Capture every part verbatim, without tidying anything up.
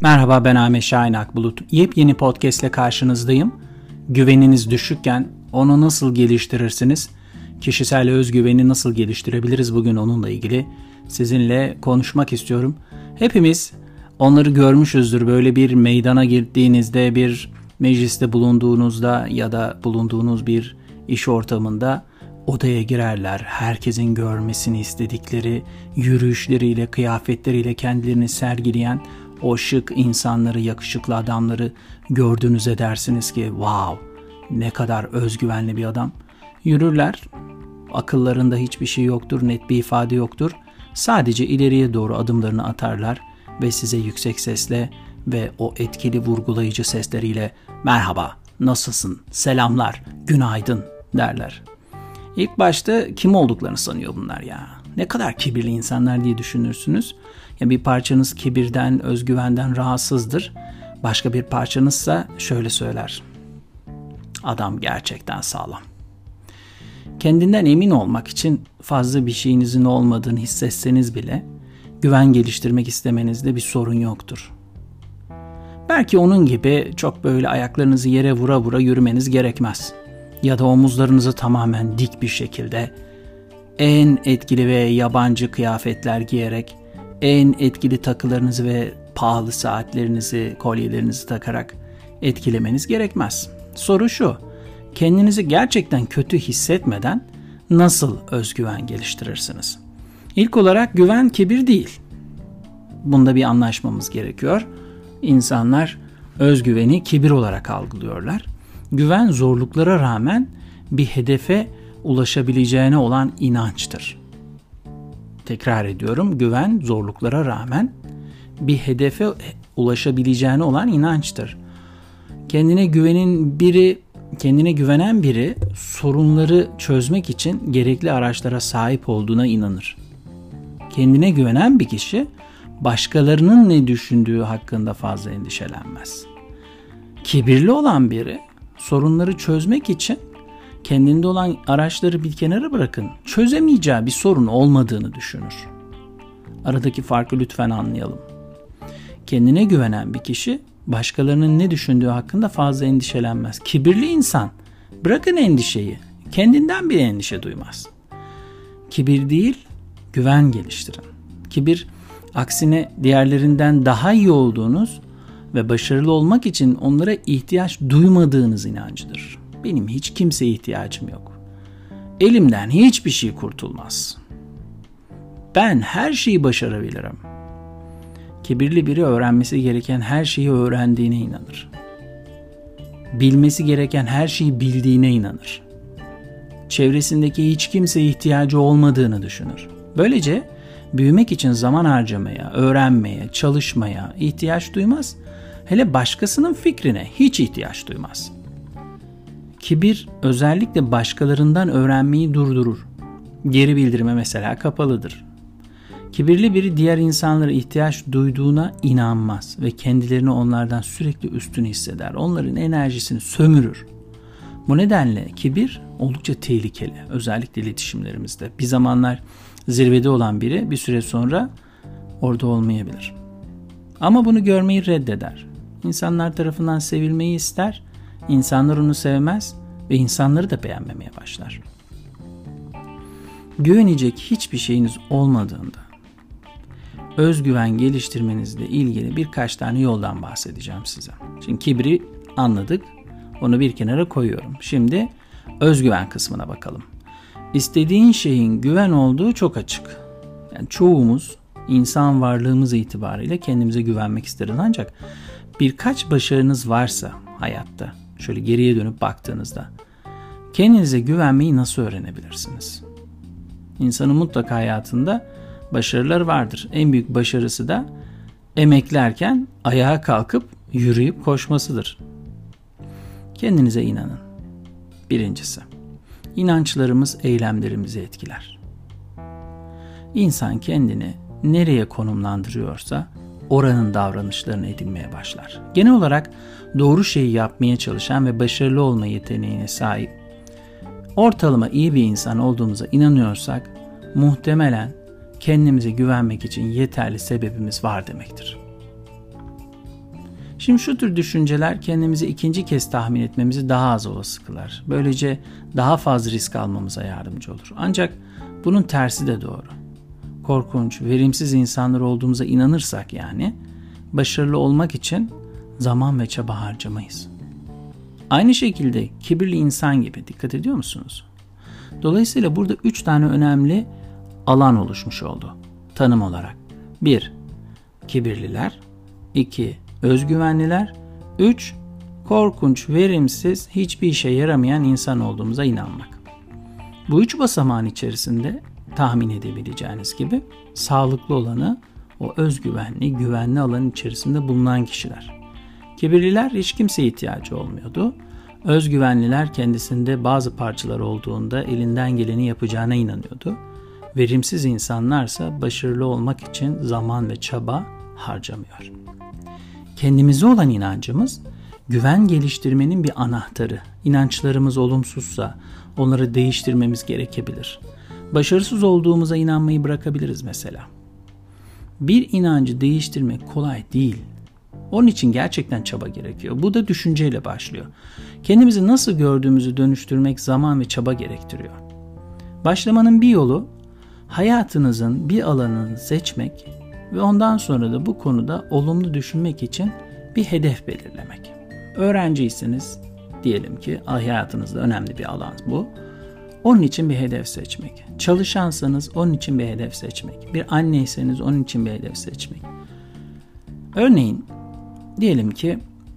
Merhaba, ben Ahmet Şahin Akbulut. Yepyeni podcast ile karşınızdayım. Güveniniz düşükken onu nasıl geliştirirsiniz? Kişisel özgüveni nasıl geliştirebiliriz? Bugün onunla ilgili sizinle konuşmak istiyorum. Hepimiz onları görmüşüzdür. Böyle bir meydana girdiğinizde, bir mecliste bulunduğunuzda ya da bulunduğunuz bir iş ortamında odaya girerler. Herkesin görmesini istedikleri yürüyüşleriyle, kıyafetleriyle kendilerini sergileyen o şık insanları, yakışıklı adamları gördüğünüzde dersiniz ki wow, ne kadar özgüvenli bir adam. Yürürler, akıllarında hiçbir şey yoktur, net bir ifade yoktur. Sadece ileriye doğru adımlarını atarlar ve size yüksek sesle ve o etkili vurgulayıcı sesleriyle merhaba, nasılsın, selamlar, günaydın derler. İlk başta kim olduklarını sanıyor bunlar ya. Ne kadar kibirli insanlar diye düşünürsünüz. Ya bir parçanız kibirden, özgüvenden rahatsızdır. Başka bir parçanızsa şöyle söyler. Adam gerçekten sağlam. Kendinden emin olmak için fazla bir şeyinizin olmadığını hissetseniz bile güven geliştirmek istemenizde bir sorun yoktur. Belki onun gibi çok böyle ayaklarınızı yere vura vura yürümeniz gerekmez. Ya da omuzlarınızı tamamen dik bir şekilde en etkili ve yabancı kıyafetler giyerek, en etkili takılarınızı ve pahalı saatlerinizi, kolyelerinizi takarak etkilemeniz gerekmez. Soru şu, kendinizi gerçekten kötü hissetmeden nasıl özgüven geliştirirsiniz? İlk olarak güven kibir değil. Bunda bir anlaşmamız gerekiyor. İnsanlar özgüveni kibir olarak algılıyorlar. Güven zorluklara rağmen bir hedefe ulaşabileceğine olan inançtır. Tekrar ediyorum, güven zorluklara rağmen bir hedefe ulaşabileceğine olan inançtır. Kendine güvenin biri, kendine güvenen biri sorunları çözmek için gerekli araçlara sahip olduğuna inanır. Kendine güvenen bir kişi başkalarının ne düşündüğü hakkında fazla endişelenmez. Kibirli olan biri sorunları çözmek için kendinde olan araçları bir kenara bırakın, çözemeyeceği bir sorun olmadığını düşünür. Aradaki farkı lütfen anlayalım. Kendine güvenen bir kişi başkalarının ne düşündüğü hakkında fazla endişelenmez. Kibirli insan, bırakın endişeyi, kendinden bile endişe duymaz. Kibir değil, güven geliştirin. Kibir, aksine diğerlerinden daha iyi olduğunuz ve başarılı olmak için onlara ihtiyaç duymadığınız inancıdır. Benim hiç kimseye ihtiyacım yok. Elimden hiçbir şey kurtulmaz. Ben her şeyi başarabilirim. Kibirli biri öğrenmesi gereken her şeyi öğrendiğine inanır. Bilmesi gereken her şeyi bildiğine inanır. Çevresindeki hiç kimseye ihtiyacı olmadığını düşünür. Böylece büyümek için zaman harcamaya, öğrenmeye, çalışmaya ihtiyaç duymaz. Hele başkasının fikrine hiç ihtiyaç duymaz. Kibir özellikle başkalarından öğrenmeyi durdurur. Geri bildirime mesela kapalıdır. Kibirli biri diğer insanlara ihtiyaç duyduğuna inanmaz ve kendilerini onlardan sürekli üstün hisseder. Onların enerjisini sömürür. Bu nedenle kibir oldukça tehlikeli. Özellikle iletişimlerimizde. Bir zamanlar zirvede olan biri bir süre sonra orada olmayabilir. Ama bunu görmeyi reddeder. İnsanlar tarafından sevilmeyi ister. İnsanlar onu sevmez ve insanları da beğenmemeye başlar. Güvenecek hiçbir şeyiniz olmadığında özgüven geliştirmenizle ilgili birkaç tane yoldan bahsedeceğim size. Şimdi kibri anladık. Onu bir kenara koyuyorum. Şimdi özgüven kısmına bakalım. İstediğin şeyin güven olduğu çok açık. Yani çoğumuz insan varlığımız itibariyle kendimize güvenmek isteriz. Ancak birkaç başarınız varsa hayatta, şöyle geriye dönüp baktığınızda kendinize güvenmeyi nasıl öğrenebilirsiniz? İnsanın mutlaka hayatında başarıları vardır. En büyük başarısı da emeklerken ayağa kalkıp yürüyüp koşmasıdır. Kendinize inanın. Birincisi, inançlarımız eylemlerimizi etkiler. İnsan kendini nereye konumlandırıyorsa oranın davranışlarını edinmeye başlar. Genel olarak doğru şeyi yapmaya çalışan ve başarılı olma yeteneğine sahip, ortalama iyi bir insan olduğumuza inanıyorsak muhtemelen kendimize güvenmek için yeterli sebebimiz var demektir. Şimdi şu tür düşünceler kendimizi ikinci kez tahmin etmemizi daha az olası kılar. Böylece daha fazla risk almamıza yardımcı olur. Ancak bunun tersi de doğru. Korkunç, verimsiz insanlar olduğumuza inanırsak yani başarılı olmak için zaman ve çaba harcamayız. Aynı şekilde kibirli insan gibi, dikkat ediyor musunuz? Dolayısıyla burada üç tane önemli alan oluşmuş oldu tanım olarak. bir Kibirliler. iki Özgüvenliler. üç Korkunç, verimsiz, hiçbir işe yaramayan insan olduğumuza inanmak. Bu üç basamağın içerisinde tahmin edebileceğiniz gibi sağlıklı olanı o özgüvenli, güvenli alanın içerisinde bulunan kişiler. Kibirliler hiç kimseye ihtiyacı olmuyordu. Özgüvenliler kendisinde bazı parçalar olduğunda elinden geleni yapacağına inanıyordu. Verimsiz insanlarsa başarılı olmak için zaman ve çaba harcamıyor. Kendimize olan inancımız güven geliştirmenin bir anahtarı. İnançlarımız olumsuzsa onları değiştirmemiz gerekebilir. Başarısız olduğumuza inanmayı bırakabiliriz mesela. Bir inancı değiştirmek kolay değil. Onun için gerçekten çaba gerekiyor. Bu da düşünceyle başlıyor. Kendimizi nasıl gördüğümüzü dönüştürmek zaman ve çaba gerektiriyor. Başlamanın bir yolu hayatınızın bir alanını seçmek ve ondan sonra da bu konuda olumlu düşünmek için bir hedef belirlemek. Öğrenciyseniz diyelim ki hayatınızda önemli bir alan bu. Onun için bir hedef seçmek. Çalışansanız onun için bir hedef seçmek. Bir anneyseniz onun için bir hedef seçmek. Örneğin diyelim ki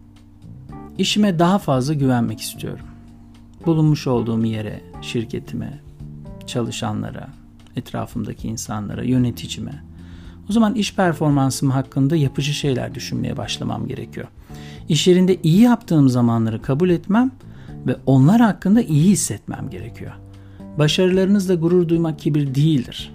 işime daha fazla güvenmek istiyorum. Bulunmuş olduğum yere, şirketime, çalışanlara, etrafımdaki insanlara, yöneticime. O zaman iş performansım hakkında yapıcı şeyler düşünmeye başlamam gerekiyor. İş yerinde iyi yaptığım zamanları kabul etmem ve onlar hakkında iyi hissetmem gerekiyor. Başarılarınızla gurur duymak kibir değildir.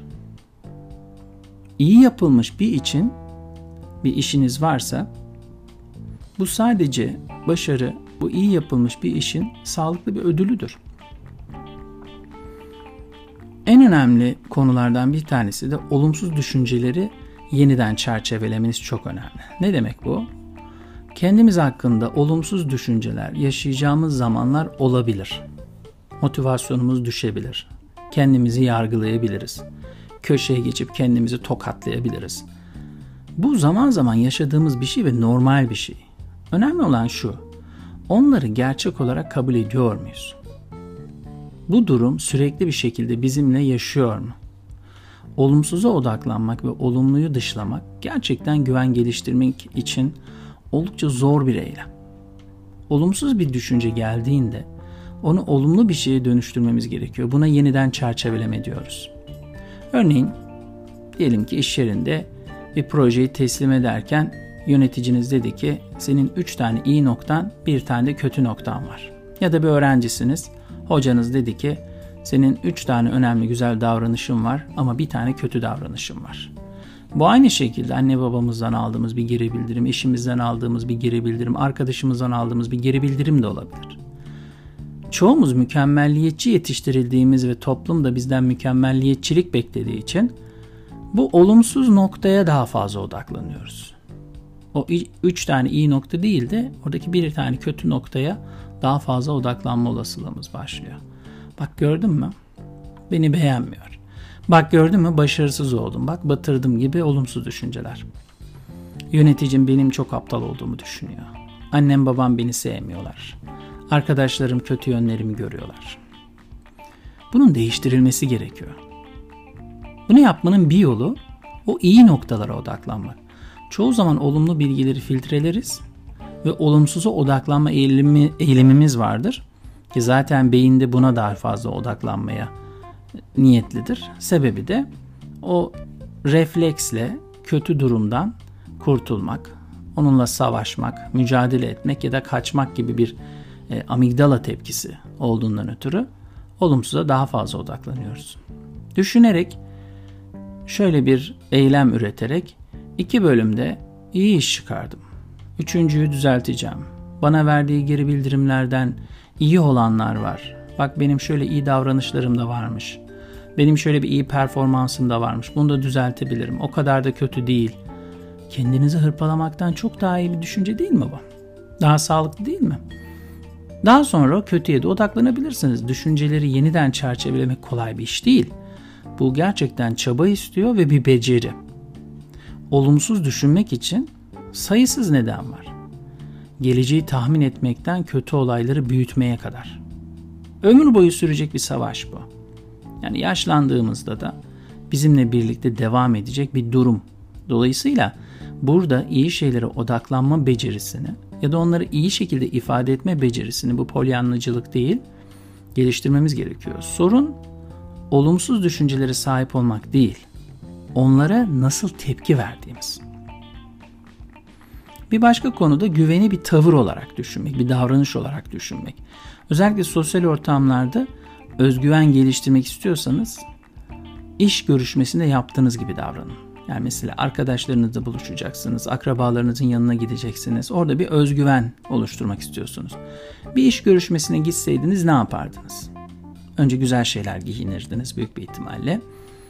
İyi yapılmış bir için bir işiniz varsa bu sadece başarı, bu iyi yapılmış bir işin sağlıklı bir ödülüdür. En önemli konulardan bir tanesi de olumsuz düşünceleri yeniden çerçevelemeniz çok önemli. Ne demek bu? Kendimiz hakkında olumsuz düşünceler yaşayacağımız zamanlar olabilir. Motivasyonumuz düşebilir. Kendimizi yargılayabiliriz. Köşeye geçip kendimizi tokatlayabiliriz. Bu zaman zaman yaşadığımız bir şey ve normal bir şey. Önemli olan şu, onları gerçek olarak kabul ediyor muyuz? Bu durum sürekli bir şekilde bizimle yaşıyor mu? Olumsuza odaklanmak ve olumluyu dışlamak gerçekten güven geliştirmek için oldukça zor bir eylem. Olumsuz bir düşünce geldiğinde onu olumlu bir şeye dönüştürmemiz gerekiyor. Buna yeniden çerçeveleme diyoruz. Örneğin diyelim ki iş yerinde bir projeyi teslim ederken yöneticiniz dedi ki senin üç tane iyi noktan, bir tane de kötü noktan var. Ya da bir öğrencisiniz, hocanız dedi ki senin üç tane önemli güzel davranışın var ama bir tane kötü davranışın var. Bu aynı şekilde anne babamızdan aldığımız bir geri bildirim, eşimizden aldığımız bir geri bildirim, arkadaşımızdan aldığımız bir geri bildirim de olabilir. Çoğumuz mükemmelliyetçi yetiştirildiğimiz ve toplum da bizden mükemmelliyetçilik beklediği için bu olumsuz noktaya daha fazla odaklanıyoruz. O üç tane iyi nokta değil de oradaki bir tane kötü noktaya daha fazla odaklanma olasılığımız başlıyor. Bak gördün mü? Beni beğenmiyor. Bak gördün mü? Başarısız oldum. Bak batırdım gibi olumsuz düşünceler. Yöneticim benim çok aptal olduğumu düşünüyor. Annem babam beni sevmiyorlar. Arkadaşlarım kötü yönlerimi görüyorlar. Bunun değiştirilmesi gerekiyor. Bunu yapmanın bir yolu o iyi noktalara odaklanmak. Çoğu zaman olumlu bilgileri filtreleriz ve olumsuza odaklanma eğilimi, eğilimimiz vardır. Ki zaten beyinde buna daha fazla odaklanmaya niyetlidir. Sebebi de o refleksle kötü durumdan kurtulmak, onunla savaşmak, mücadele etmek ya da kaçmak gibi bir e, amigdala tepkisi olduğundan ötürü olumsuza daha fazla odaklanıyoruz. Düşünerek, şöyle bir eylem üreterek iki bölümde iyi iş çıkardım. Üçüncüyü düzelteceğim. Bana verdiği geri bildirimlerden iyi olanlar var. Bak benim şöyle iyi davranışlarım da varmış. Benim şöyle bir iyi performansım da varmış. Bunu da düzeltebilirim. O kadar da kötü değil. Kendinizi hırpalamaktan çok daha iyi bir düşünce değil mi bu? Daha sağlıklı değil mi? Daha sonra kötüye de odaklanabilirsiniz. Düşünceleri yeniden çerçevelemek kolay bir iş değil. Bu gerçekten çaba istiyor ve bir beceri. Olumsuz düşünmek için sayısız neden var. Geleceği tahmin etmekten kötü olayları büyütmeye kadar. Ömür boyu sürecek bir savaş bu. Yani yaşlandığımızda da bizimle birlikte devam edecek bir durum. Dolayısıyla burada iyi şeylere odaklanma becerisini ya da onları iyi şekilde ifade etme becerisini, bu polyanlacılık değil, geliştirmemiz gerekiyor. Sorun olumsuz düşüncelere sahip olmak değil, onlara nasıl tepki verdiğimiz. Bir başka konuda güveni bir tavır olarak düşünmek, bir davranış olarak düşünmek. Özellikle sosyal ortamlarda özgüven geliştirmek istiyorsanız iş görüşmesinde yaptığınız gibi davranın. Yani mesela arkadaşlarınızla buluşacaksınız, akrabalarınızın yanına gideceksiniz. Orada bir özgüven oluşturmak istiyorsunuz. Bir iş görüşmesine gitseydiniz ne yapardınız? Önce güzel şeyler giyinirdiniz büyük bir ihtimalle.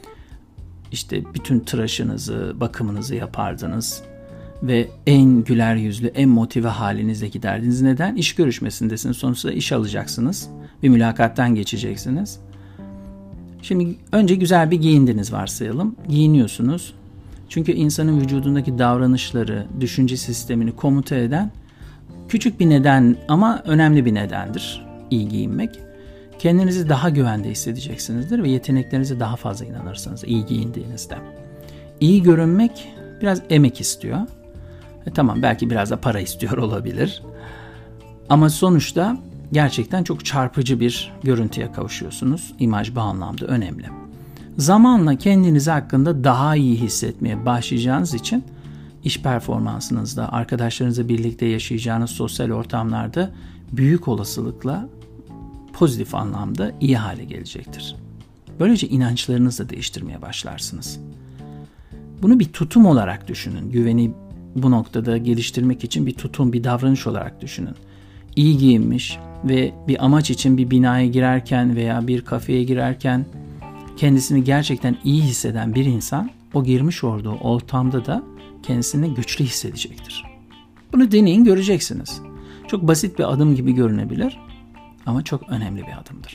İşte bütün tıraşınızı, bakımınızı yapardınız. Ve en güler yüzlü, en motive halinizle giderdiniz. Neden? İş görüşmesindesiniz. Sonuçta iş alacaksınız. Bir mülakattan geçeceksiniz. Şimdi önce güzel bir giyindiniz varsayalım. Giyiniyorsunuz. Çünkü insanın vücudundaki davranışları, düşünce sistemini komuta eden küçük bir neden ama önemli bir nedendir iyi giyinmek. Kendinizi daha güvende hissedeceksinizdir ve yeteneklerinize daha fazla inanırsınız iyi giyindiğinizde. İyi görünmek biraz emek istiyor. E tamam, belki biraz da para istiyor olabilir. Ama sonuçta gerçekten çok çarpıcı bir görüntüye kavuşuyorsunuz. İmaj bu anlamda önemli. Zamanla kendiniz hakkında daha iyi hissetmeye başlayacağınız için iş performansınızda, arkadaşlarınızla birlikte yaşayacağınız sosyal ortamlarda büyük olasılıkla pozitif anlamda iyi hale gelecektir. Böylece inançlarınızı da değiştirmeye başlarsınız. Bunu bir tutum olarak düşünün. Güveni bu noktada geliştirmek için bir tutum, bir davranış olarak düşünün. İyi giyinmiş ve bir amaç için bir binaya girerken veya bir kafeye girerken kendisini gerçekten iyi hisseden bir insan o girmiş olduğu ortamda da kendisini güçlü hissedecektir. Bunu deneyin, göreceksiniz. Çok basit bir adım gibi görünebilir ama çok önemli bir adımdır.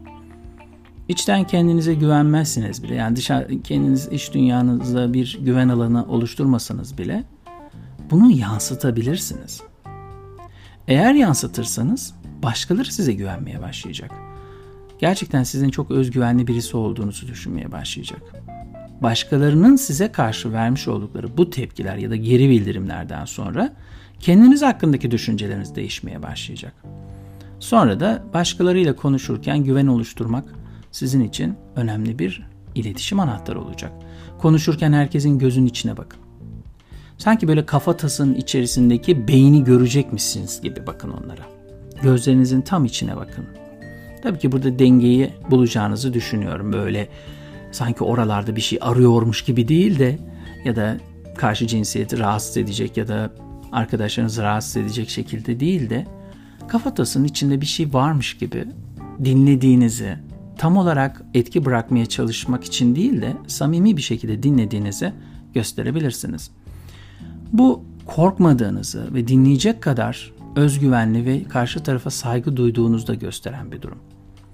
İçten kendinize güvenmezsiniz bile, yani dışarı kendiniz iç dünyanızda bir güven alanı oluşturmasanız bile bunu yansıtabilirsiniz. Eğer yansıtırsanız başkaları size güvenmeye başlayacak. Gerçekten sizin çok özgüvenli birisi olduğunuzu düşünmeye başlayacak. Başkalarının size karşı vermiş oldukları bu tepkiler ya da geri bildirimlerden sonra kendiniz hakkındaki düşünceleriniz değişmeye başlayacak. Sonra da başkalarıyla konuşurken güven oluşturmak sizin için önemli bir iletişim anahtarı olacak. Konuşurken herkesin gözünün içine bakın. Sanki böyle kafatasının içerisindeki beyni görecekmişsiniz gibi bakın onlara. Gözlerinizin tam içine bakın. Tabii ki burada dengeyi bulacağınızı düşünüyorum. Böyle sanki oralarda bir şey arıyormuş gibi değil de ya da karşı cinsiyeti rahatsız edecek ya da arkadaşlarınızı rahatsız edecek şekilde değil de kafatasının içinde bir şey varmış gibi dinlediğinizi, tam olarak etki bırakmaya çalışmak için değil de samimi bir şekilde dinlediğinizi gösterebilirsiniz. Bu korkmadığınızı ve dinleyecek kadar özgüvenli ve karşı tarafa saygı duyduğunuzu da gösteren bir durum.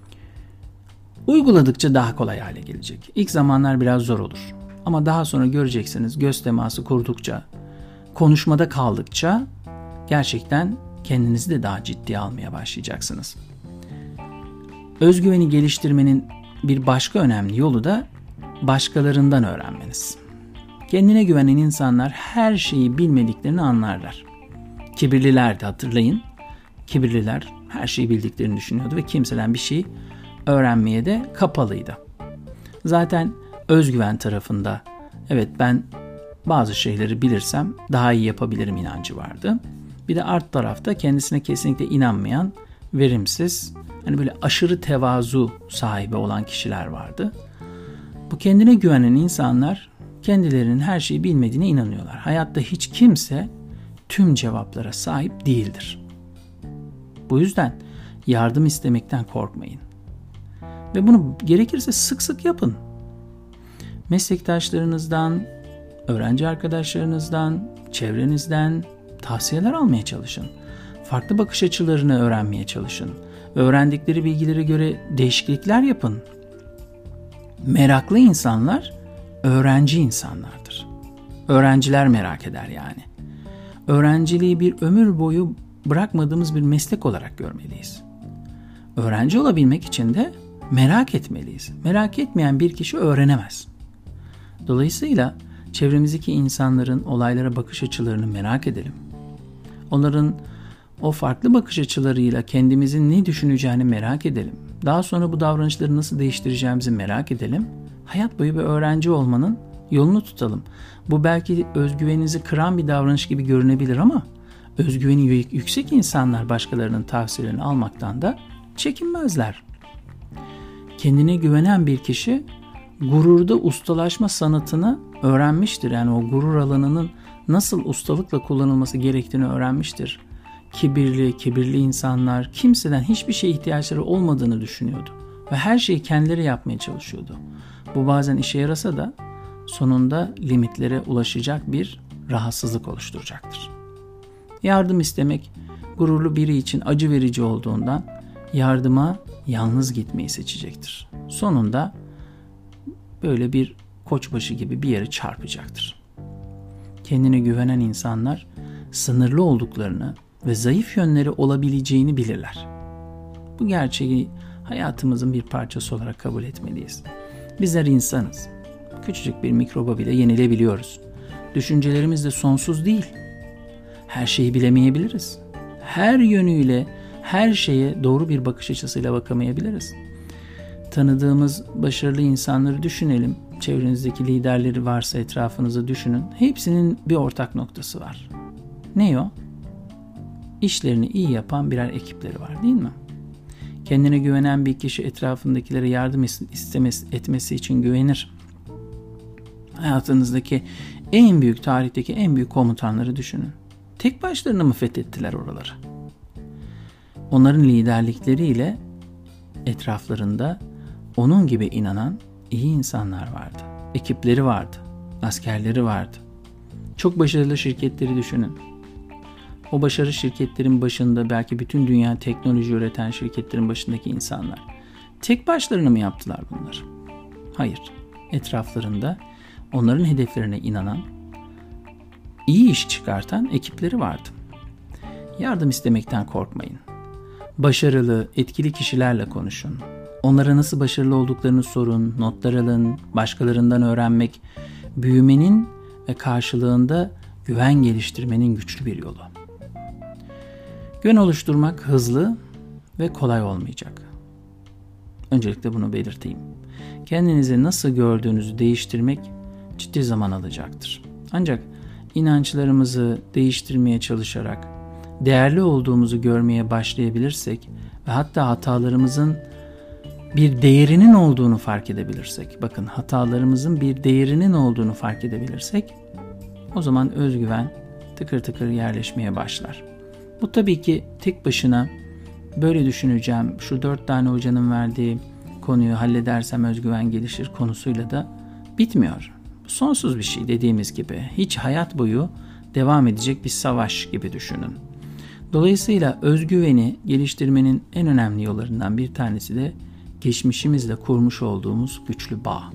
Uyguladıkça daha kolay hale gelecek. İlk zamanlar biraz zor olur. Ama daha sonra göreceksiniz, göz teması kurdukça, konuşmada kaldıkça gerçekten kendinizi de daha ciddiye almaya başlayacaksınız. Özgüveni geliştirmenin bir başka önemli yolu da başkalarından öğrenmeniz. Kendine güvenen insanlar her şeyi bilmediklerini anlarlar. Kibirliler de hatırlayın. Kibirliler her şeyi bildiklerini düşünüyordu ve kimseden bir şey öğrenmeye de kapalıydı. Zaten özgüven tarafında evet ben bazı şeyleri bilirsem daha iyi yapabilirim inancı vardı. Bir de art tarafta kendisine kesinlikle inanmayan, verimsiz, hani böyle aşırı tevazu sahibi olan kişiler vardı. Bu kendine güvenen insanlar kendilerinin her şeyi bilmediğine inanıyorlar. Hayatta hiç kimse tüm cevaplara sahip değildir. Bu yüzden yardım istemekten korkmayın. Ve bunu gerekirse sık sık yapın. Meslektaşlarınızdan, öğrenci arkadaşlarınızdan, çevrenizden tavsiyeler almaya çalışın. Farklı bakış açılarını öğrenmeye çalışın. Öğrendikleri bilgilere göre değişiklikler yapın. Meraklı insanlar öğrenci insanlardır. Öğrenciler merak eder yani. Öğrenciliği bir ömür boyu bırakmadığımız bir meslek olarak görmeliyiz. Öğrenci olabilmek için de merak etmeliyiz. Merak etmeyen bir kişi öğrenemez. Dolayısıyla çevremizdeki insanların olaylara bakış açılarını merak edelim. Onların o farklı bakış açılarıyla kendimizin ne düşüneceğini merak edelim. Daha sonra bu davranışları nasıl değiştireceğimizi merak edelim. Hayat boyu bir öğrenci olmanın yolunu tutalım. Bu belki özgüveninizi kıran bir davranış gibi görünebilir ama özgüveni yüksek insanlar başkalarının tavsiyelerini almaktan da çekinmezler. Kendine güvenen bir kişi gururda ustalaşma sanatını öğrenmiştir. Yani o gurur alanının nasıl ustalıkla kullanılması gerektiğini öğrenmiştir. Kibirli, kibirli insanlar kimseden hiçbir şeye ihtiyaçları olmadığını düşünüyordu. Ve her şeyi kendileri yapmaya çalışıyordu. Bu bazen işe yarasa da sonunda limitlere ulaşacak bir rahatsızlık oluşturacaktır. Yardım istemek gururlu biri için acı verici olduğundan yardıma yalnız gitmeyi seçecektir. Sonunda böyle bir koçbaşı gibi bir yere çarpacaktır. Kendine güvenen insanlar sınırlı olduklarını ve zayıf yönleri olabileceğini bilirler. Bu gerçeği hayatımızın bir parçası olarak kabul etmeliyiz. Bizler insanız. Küçücük bir mikroba bile yenilebiliyoruz. Düşüncelerimiz de sonsuz değil. Her şeyi bilemeyebiliriz. Her yönüyle her şeye doğru bir bakış açısıyla bakamayabiliriz. Tanıdığımız başarılı insanları düşünelim. Çevrenizdeki liderleri varsa etrafınızda düşünün. Hepsinin bir ortak noktası var. Ne o? İşlerini iyi yapan birer ekipleri var, değil mi? Kendine güvenen bir kişi etrafındakilere yardım istemesi, etmesi için güvenir. Hayatınızdaki en büyük, tarihteki en büyük komutanları düşünün. Tek başlarına mı fethettiler oraları? Onların liderlikleriyle etraflarında onun gibi inanan iyi insanlar vardı. Ekipleri vardı. Askerleri vardı. Çok başarılı şirketleri düşünün. O başarı şirketlerin başında belki bütün dünya teknoloji üreten şirketlerin başındaki insanlar. Tek başlarına mı yaptılar bunları? Hayır. Etraflarında onların hedeflerine inanan, iyi iş çıkartan ekipleri vardı. Yardım istemekten korkmayın. Başarılı, etkili kişilerle konuşun. Onlara nasıl başarılı olduklarını sorun, notlar alın, başkalarından öğrenmek, büyümenin ve karşılığında güven geliştirmenin güçlü bir yolu. Güven oluşturmak hızlı ve kolay olmayacak. Öncelikle bunu belirteyim. Kendinizi nasıl gördüğünüzü değiştirmek ciddi zaman alacaktır. Ancak inançlarımızı değiştirmeye çalışarak değerli olduğumuzu görmeye başlayabilirsek ve hatta hatalarımızın bir değerinin olduğunu fark edebilirsek, bakın hatalarımızın bir değerinin olduğunu fark edebilirsek, o zaman özgüven tıkır tıkır yerleşmeye başlar. Bu tabii ki tek başına böyle düşüneceğim, şu dört tane hocanın verdiği konuyu halledersem özgüven gelişir konusuyla da bitmiyor. Sonsuz bir şey, dediğimiz gibi. Hiç hayat boyu devam edecek bir savaş gibi düşünün. Dolayısıyla özgüveni geliştirmenin en önemli yollarından bir tanesi de geçmişimizle kurmuş olduğumuz güçlü bağ.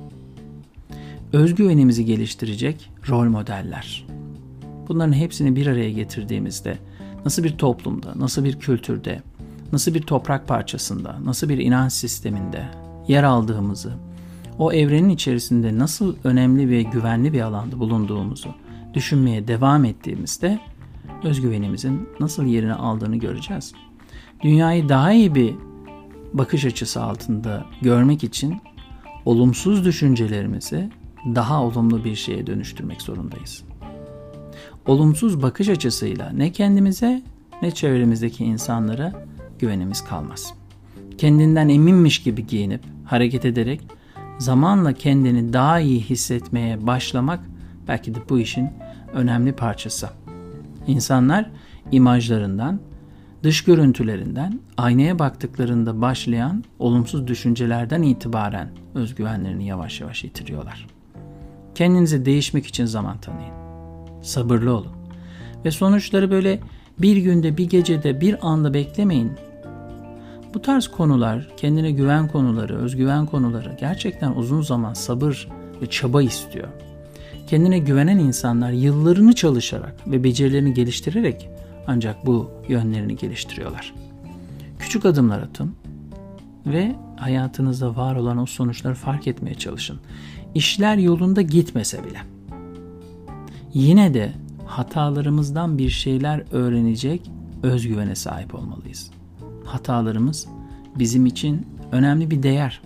Özgüvenimizi geliştirecek rol modeller. Bunların hepsini bir araya getirdiğimizde nasıl bir toplumda, nasıl bir kültürde, nasıl bir toprak parçasında, nasıl bir inanç sisteminde yer aldığımızı, o evrenin içerisinde nasıl önemli ve güvenli bir alanda bulunduğumuzu düşünmeye devam ettiğimizde özgüvenimizin nasıl yerini aldığını göreceğiz. Dünyayı daha iyi bir bakış açısı altında görmek için olumsuz düşüncelerimizi daha olumlu bir şeye dönüştürmek zorundayız. Olumsuz bakış açısıyla ne kendimize ne çevremizdeki insanlara güvenimiz kalmaz. Kendinden eminmiş gibi giyinip hareket ederek zamanla kendini daha iyi hissetmeye başlamak belki de bu işin önemli parçası. İnsanlar imajlarından, dış görüntülerinden, aynaya baktıklarında başlayan olumsuz düşüncelerden itibaren özgüvenlerini yavaş yavaş yitiriyorlar. Kendinize değişmek için zaman tanıyın. Sabırlı olun. Ve sonuçları böyle Bir günde, bir gecede, bir anda beklemeyin. Bu tarz konular, kendine güven konuları, özgüven konuları gerçekten uzun zaman sabır ve çaba istiyor. Kendine güvenen insanlar yıllarını çalışarak ve becerilerini geliştirerek ancak bu yönlerini geliştiriyorlar. Küçük adımlar atın ve hayatınızda var olan o sonuçları fark etmeye çalışın. İşler yolunda gitmese bile. Yine de hatalarımızdan bir şeyler öğrenecek özgüvene sahip olmalıyız. Hatalarımız bizim için önemli bir değer.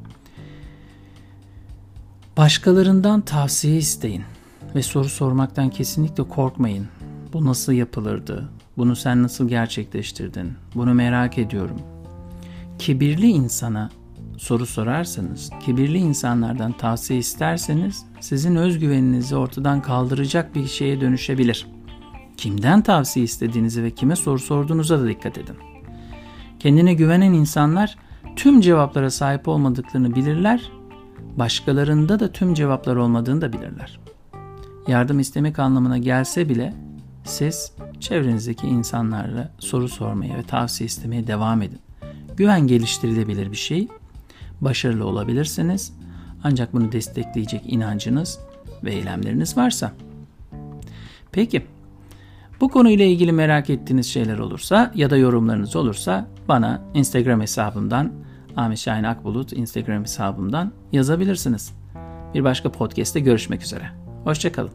Başkalarından tavsiye isteyin ve soru sormaktan kesinlikle korkmayın. Bu nasıl yapılırdı? Bunu sen nasıl gerçekleştirdin? Bunu merak ediyorum. Kibirli insana soru sorarsanız, kibirli insanlardan tavsiye isterseniz sizin özgüveninizi ortadan kaldıracak bir şeye dönüşebilir. Kimden tavsiye istediğinizi ve kime soru sorduğunuza da dikkat edin. Kendine güvenen insanlar tüm cevaplara sahip olmadıklarını bilirler, başkalarında da tüm cevaplar olmadığını da bilirler. Yardım istemek anlamına gelse bile siz çevrenizdeki insanlarla soru sormaya ve tavsiye istemeye devam edin. Güven geliştirilebilir bir şey. Başarılı olabilirsiniz. Ancak bunu destekleyecek inancınız ve eylemleriniz varsa. Peki, bu konuyla ilgili merak ettiğiniz şeyler olursa ya da yorumlarınız olursa bana Instagram hesabımdan, Ahmet Şahin Akbulut Instagram hesabımdan yazabilirsiniz. Bir başka podcast'te görüşmek üzere. Hoşça kalın.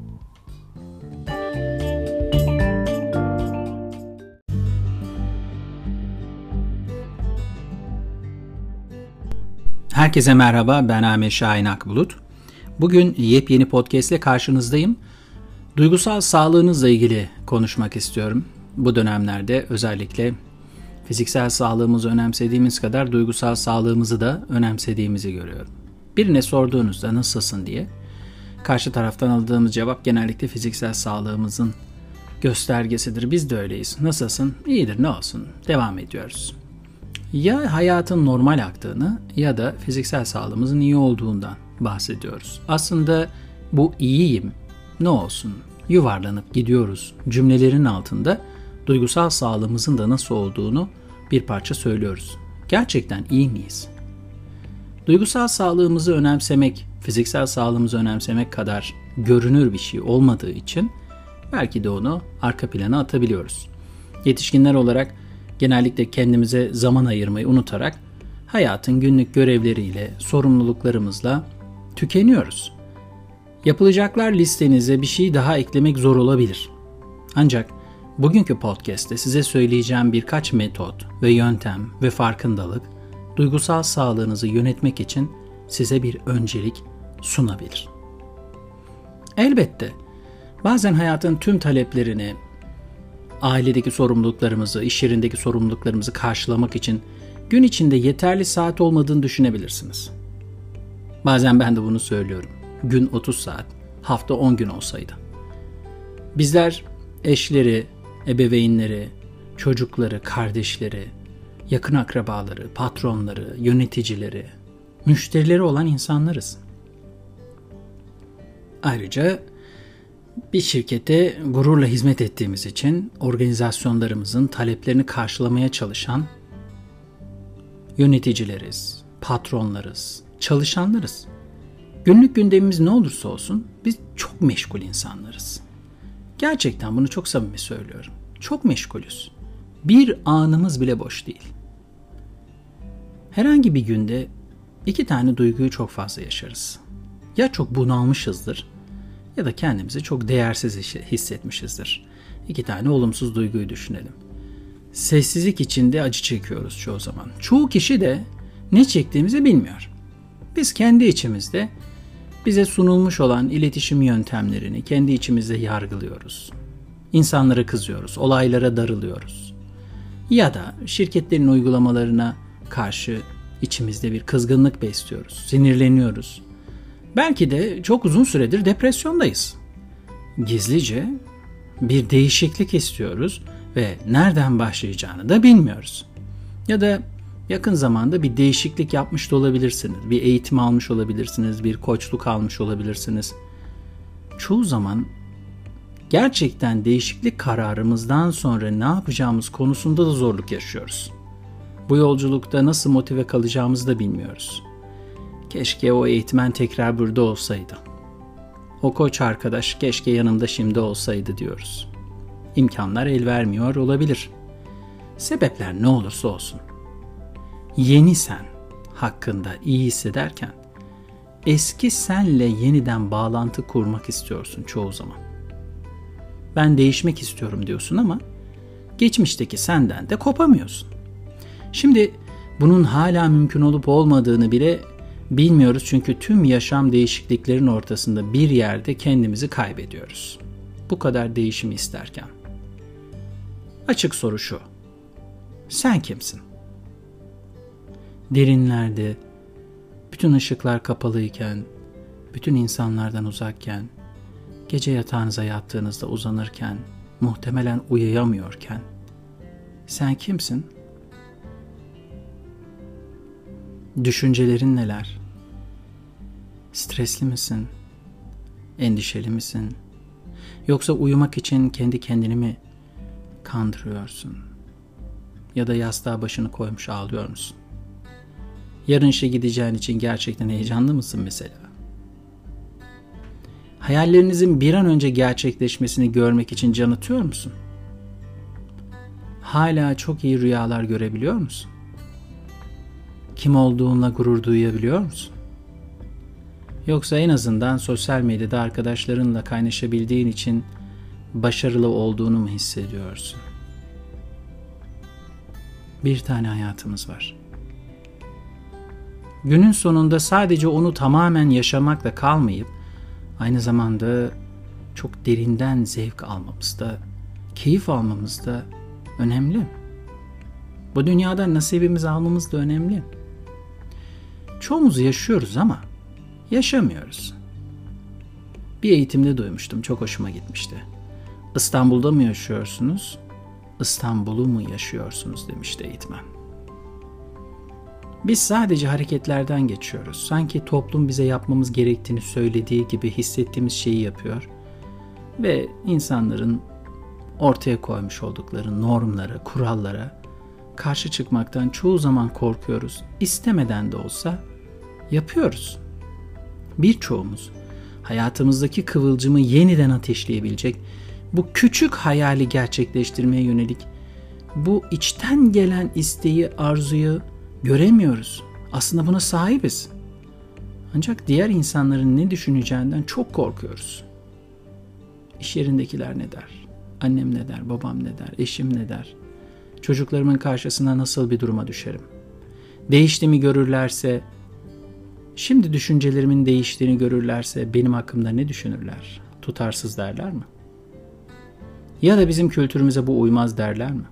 Herkese merhaba, ben Ahmet Şahin Akbulut. Bugün yepyeni podcast ile karşınızdayım. Duygusal sağlığınızla ilgili konuşmak istiyorum. Bu dönemlerde özellikle fiziksel sağlığımızı önemsediğimiz kadar duygusal sağlığımızı da önemsediğimizi görüyorum. Birine sorduğunuzda nasılsın diye karşı taraftan aldığımız cevap genellikle fiziksel sağlığımızın göstergesidir. Biz de öyleyiz. Nasılsın? İyidir, ne olsun? Devam ediyoruz. Ya hayatın normal aktığını ya da fiziksel sağlığımızın iyi olduğundan bahsediyoruz. Aslında bu iyiyim, ne olsun, yuvarlanıp gidiyoruz cümlelerin altında duygusal sağlığımızın da nasıl olduğunu bir parça söylüyoruz. Gerçekten iyi miyiz? Duygusal sağlığımızı önemsemek, fiziksel sağlığımızı önemsemek kadar görünür bir şey olmadığı için belki de onu arka plana atabiliyoruz. Yetişkinler olarak genellikle kendimize zaman ayırmayı unutarak hayatın günlük görevleriyle, sorumluluklarımızla tükeniyoruz. Yapılacaklar listenize bir şey daha eklemek zor olabilir. Ancak bugünkü podcast'te size söyleyeceğim birkaç metot ve yöntem ve farkındalık duygusal sağlığınızı yönetmek için size bir öncelik sunabilir. Elbette bazen hayatın tüm taleplerini, ailedeki sorumluluklarımızı, iş yerindeki sorumluluklarımızı karşılamak için gün içinde yeterli saat olmadığını düşünebilirsiniz. Bazen ben de bunu söylüyorum. Gün otuz saat, hafta on gün olsaydı. Bizler eşleri, ebeveynleri, çocukları, kardeşleri, yakın akrabaları, patronları, yöneticileri, müşterileri olan insanlarız. Ayrıca bir şirkete gururla hizmet ettiğimiz için organizasyonlarımızın taleplerini karşılamaya çalışan yöneticileriz, patronlarız, çalışanlarız. Günlük gündemimiz ne olursa olsun biz çok meşgul insanlarız. Gerçekten bunu çok samimi söylüyorum. Çok meşgulüz. Bir anımız bile boş değil. Herhangi bir günde iki tane duyguyu çok fazla yaşarız. Ya çok bunalmışızdır ya da kendimizi çok değersiz hissetmişizdir. İki tane olumsuz duyguyu düşünelim. Sessizlik içinde acı çekiyoruz çoğu zaman. Çoğu kişi de ne çektiğimizi bilmiyor. Biz kendi içimizde bize sunulmuş olan iletişim yöntemlerini kendi içimizde yargılıyoruz. İnsanlara kızıyoruz, olaylara darılıyoruz. Ya da şirketlerin uygulamalarına karşı içimizde bir kızgınlık besliyoruz, sinirleniyoruz. Belki de çok uzun süredir depresyondayız. Gizlice bir değişiklik istiyoruz ve nereden başlayacağını da bilmiyoruz. Ya da yakın zamanda bir değişiklik yapmış da olabilirsiniz. Bir eğitim almış olabilirsiniz, bir koçluk almış olabilirsiniz. Çoğu zaman gerçekten değişiklik kararımızdan sonra ne yapacağımız konusunda da zorluk yaşıyoruz. Bu yolculukta nasıl motive kalacağımızı da bilmiyoruz. Keşke o eğitmen tekrar burada olsaydı. O koç arkadaş keşke yanımda şimdi olsaydı diyoruz. İmkanlar el vermiyor olabilir. Sebepler ne olursa olsun. Yeni sen hakkında iyi hissederken eski senle yeniden bağlantı kurmak istiyorsun çoğu zaman. Ben değişmek istiyorum diyorsun ama geçmişteki senden de kopamıyorsun. Şimdi bunun hala mümkün olup olmadığını bile bilmiyoruz çünkü tüm yaşam değişikliklerin ortasında bir yerde kendimizi kaybediyoruz. Bu kadar değişimi isterken. Açık soru şu. Sen kimsin? Derinlerde, bütün ışıklar kapalıyken, bütün insanlardan uzakken, gece yatağınıza yattığınızda uzanırken, muhtemelen uyuyamıyorken, sen kimsin? Düşüncelerin neler? Stresli misin? Endişeli misin? Yoksa uyumak için kendi kendini mi kandırıyorsun? Ya da yastığa başını koymuş ağlıyor musun? Yarın işe gideceğin için gerçekten heyecanlı mısın mesela? Hayallerinizin bir an önce gerçekleşmesini görmek için can atıyor musun? Hala çok iyi rüyalar görebiliyor musun? Kim olduğunla gurur duyabiliyor musun? Yoksa en azından sosyal medyada arkadaşlarınla kaynaşabildiğin için başarılı olduğunu mu hissediyorsun? Bir tane hayatımız var. Günün sonunda sadece onu tamamen yaşamakla kalmayıp aynı zamanda çok derinden zevk almamız da, keyif almamız da önemli. Bu dünyadan nasibimizi almamız da önemli. Çoğumuz yaşıyoruz ama yaşamıyoruz. Bir eğitimde duymuştum, çok hoşuma gitmişti. İstanbul'da mı yaşıyorsunuz, İstanbul'u mu yaşıyorsunuz demişti eğitmen. Biz sadece hareketlerden geçiyoruz. Sanki toplum bize yapmamız gerektiğini söylediği gibi hissettiğimiz şeyi yapıyor. Ve insanların ortaya koymuş oldukları normlara, kurallara karşı çıkmaktan çoğu zaman korkuyoruz. İstemeden de olsa yapıyoruz. Birçoğumuz hayatımızdaki kıvılcımı yeniden ateşleyebilecek, bu küçük hayali gerçekleştirmeye yönelik bu içten gelen isteği, arzuyu göremiyoruz. Aslında buna sahibiz. Ancak diğer insanların ne düşüneceğinden çok korkuyoruz. İş yerindekiler ne der? Annem ne der? Babam ne der? Eşim ne der? Çocuklarımın karşısına nasıl bir duruma düşerim? Değiştiğimi görürlerse, şimdi düşüncelerimin değiştiğini görürlerse benim hakkımda ne düşünürler? Tutarsız derler mi? Ya da bizim kültürümüze bu uymaz derler mi?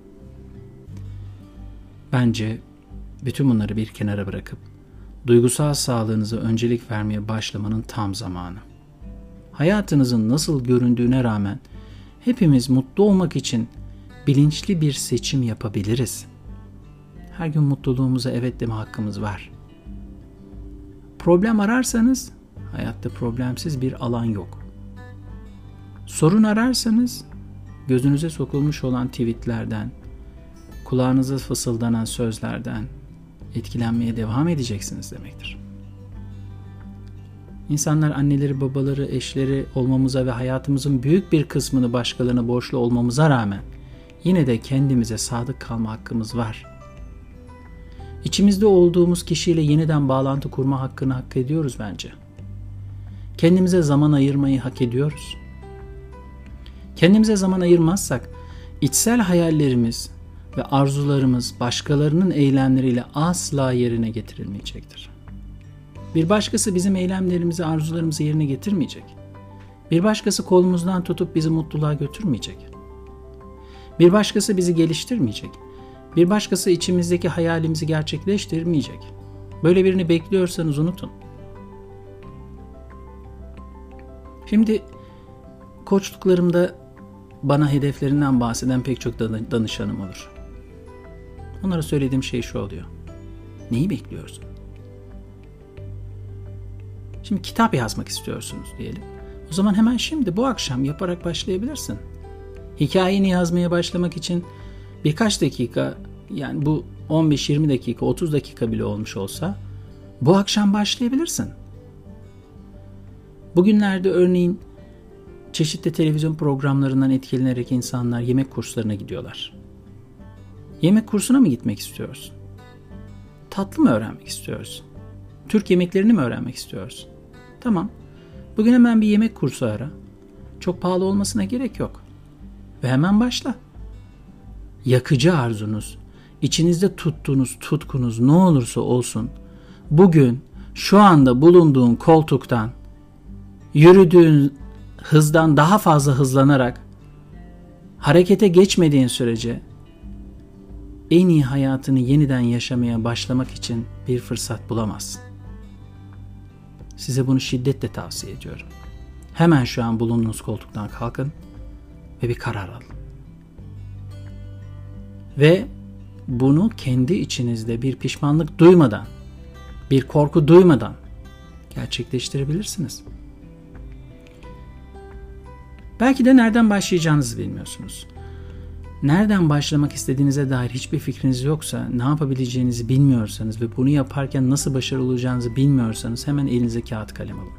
Bence bütün bunları bir kenara bırakıp duygusal sağlığınıza öncelik vermeye başlamanın tam zamanı. Hayatınızın nasıl göründüğüne rağmen hepimiz mutlu olmak için bilinçli bir seçim yapabiliriz. Her gün mutluluğumuza evet deme hakkımız var. Problem ararsanız hayatta problemsiz bir alan yok. Sorun ararsanız gözünüze sokulmuş olan tweetlerden, kulağınıza fısıldanan sözlerden etkilenmeye devam edeceksiniz demektir. İnsanlar anneleri, babaları, eşleri olmamıza ve hayatımızın büyük bir kısmını başkalarına borçlu olmamıza rağmen yine de kendimize sadık kalma hakkımız var. İçimizde olduğumuz kişiyle yeniden bağlantı kurma hakkını hak ediyoruz bence. Kendimize zaman ayırmayı hak ediyoruz. Kendimize zaman ayırmazsak içsel hayallerimiz ve arzularımız başkalarının eylemleriyle asla yerine getirilmeyecektir. Bir başkası bizim eylemlerimizi, arzularımızı yerine getirmeyecek. Bir başkası kolumuzdan tutup bizi mutluluğa götürmeyecek. Bir başkası bizi geliştirmeyecek. Bir başkası içimizdeki hayalimizi gerçekleştirmeyecek. Böyle birini bekliyorsanız unutun. Şimdi koçluklarımda bana hedeflerinden bahseden pek çok danışanım olur. Onlara söylediğim şey şu oluyor. Neyi bekliyorsun? Şimdi kitap yazmak istiyorsunuz diyelim. O zaman hemen şimdi bu akşam yaparak başlayabilirsin. Hikayeni yazmaya başlamak için birkaç dakika, yani bu on beş yirmi dakika, otuz dakika bile olmuş olsa bu akşam başlayabilirsin. Bugünlerde örneğin çeşitli televizyon programlarından etkilenerek insanlar yemek kurslarına gidiyorlar. Yemek kursuna mı gitmek istiyorsun? Tatlı mı öğrenmek istiyorsun? Türk yemeklerini mi öğrenmek istiyorsun? Tamam. Bugün hemen bir yemek kursu ara. Çok pahalı olmasına gerek yok. Ve hemen başla. Yakıcı arzunuz, içinizde tuttuğunuz tutkunuz ne olursa olsun, bugün şu anda bulunduğun koltuktan yürüdüğün hızdan daha fazla hızlanarak harekete geçmediğin sürece en iyi hayatını yeniden yaşamaya başlamak için bir fırsat bulamazsın. Size bunu şiddetle tavsiye ediyorum. Hemen şu an bulunduğunuz koltuktan kalkın ve bir karar alın. Ve bunu kendi içinizde bir pişmanlık duymadan, bir korku duymadan gerçekleştirebilirsiniz. Belki de nereden başlayacağınızı bilmiyorsunuz. Nereden başlamak istediğinize dair hiçbir fikriniz yoksa, ne yapabileceğinizi bilmiyorsanız ve bunu yaparken nasıl başarılı olacağınızı bilmiyorsanız hemen elinize kağıt kalem alın.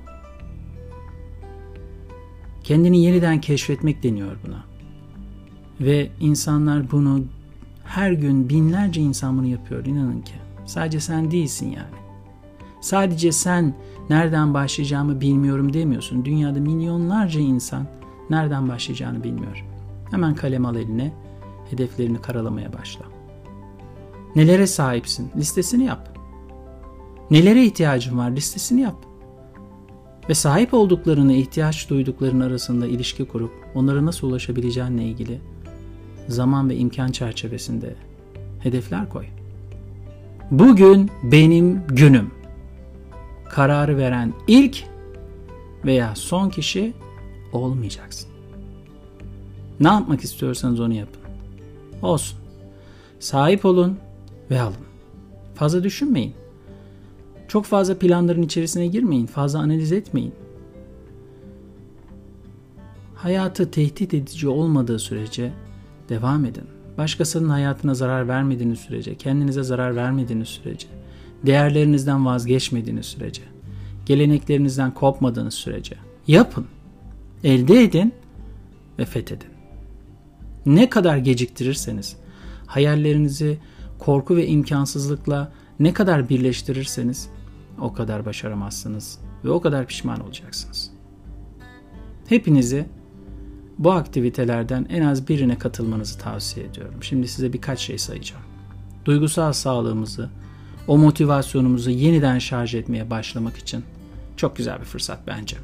Kendini yeniden keşfetmek deniyor buna. Ve insanlar bunu her gün binlerce insan bunu yapıyor, inanın ki. Sadece sen değilsin yani. Sadece sen nereden başlayacağımı bilmiyorum demiyorsun. Dünyada milyonlarca insan nereden başlayacağını bilmiyor. Hemen kalem al eline, hedeflerini karalamaya başla. Nelere sahipsin? Listesini yap. Nelere ihtiyacın var? Listesini yap. Ve sahip olduklarını, ihtiyaç duyduklarının arasında ilişki kurup onlara nasıl ulaşabileceğinle ilgili zaman ve imkan çerçevesinde hedefler koy. Bugün benim günüm. Kararı veren ilk veya son kişi olmayacaksın. Ne yapmak istiyorsanız onu yapın. Olsun. Sahip olun ve alın. Fazla düşünmeyin. Çok fazla planların içerisine girmeyin. Fazla analiz etmeyin. Hayatı tehdit edici olmadığı sürece devam edin. Başkasının hayatına zarar vermediğiniz sürece, kendinize zarar vermediğiniz sürece, değerlerinizden vazgeçmediğiniz sürece, geleneklerinizden kopmadığınız sürece yapın. Elde edin ve fethedin. Ne kadar geciktirirseniz, hayallerinizi korku ve imkansızlıkla ne kadar birleştirirseniz o kadar başaramazsınız ve o kadar pişman olacaksınız. Hepinizi bu aktivitelerden en az birine katılmanızı tavsiye ediyorum. Şimdi size birkaç şey sayacağım. Duygusal sağlığımızı, o motivasyonumuzu yeniden şarj etmeye başlamak için çok güzel bir fırsat bence.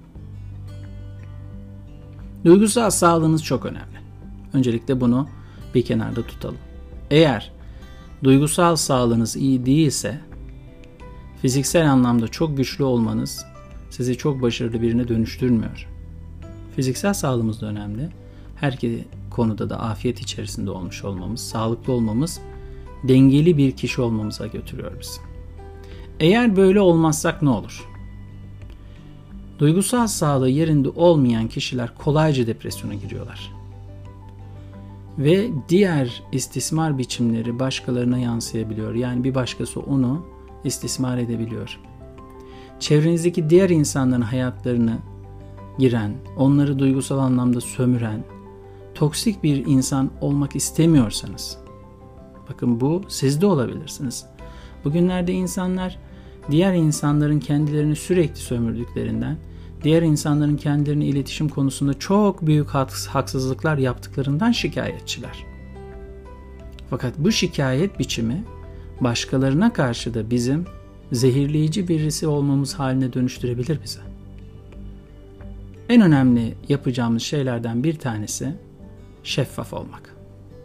Duygusal sağlığınız çok önemli. Öncelikle bunu bir kenarda tutalım. Eğer duygusal sağlığınız iyi değilse, fiziksel anlamda çok güçlü olmanız sizi çok başarılı birine dönüştürmüyor. Fiziksel sağlığımız da önemli. Her iki konuda da afiyet içerisinde olmuş olmamız, sağlıklı olmamız, dengeli bir kişi olmamıza götürüyor bizi. Eğer böyle olmazsak ne olur? Duygusal sağlığı yerinde olmayan kişiler kolayca depresyona giriyorlar. Ve diğer istismar biçimleri başkalarına yansıyabiliyor. Yani bir başkası onu istismar edebiliyor. Çevrenizdeki diğer insanların hayatlarını giren, onları duygusal anlamda sömüren, toksik bir insan olmak istemiyorsanız, bakın bu siz de olabilirsiniz. Bugünlerde insanlar diğer insanların kendilerini sürekli sömürdüklerinden, diğer insanların kendilerine iletişim konusunda çok büyük haksızlıklar yaptıklarından şikayetçiler. Fakat bu şikayet biçimi başkalarına karşı da bizim zehirleyici birisi olmamız haline dönüştürebilir bizi. En önemli yapacağımız şeylerden bir tanesi şeffaf olmak.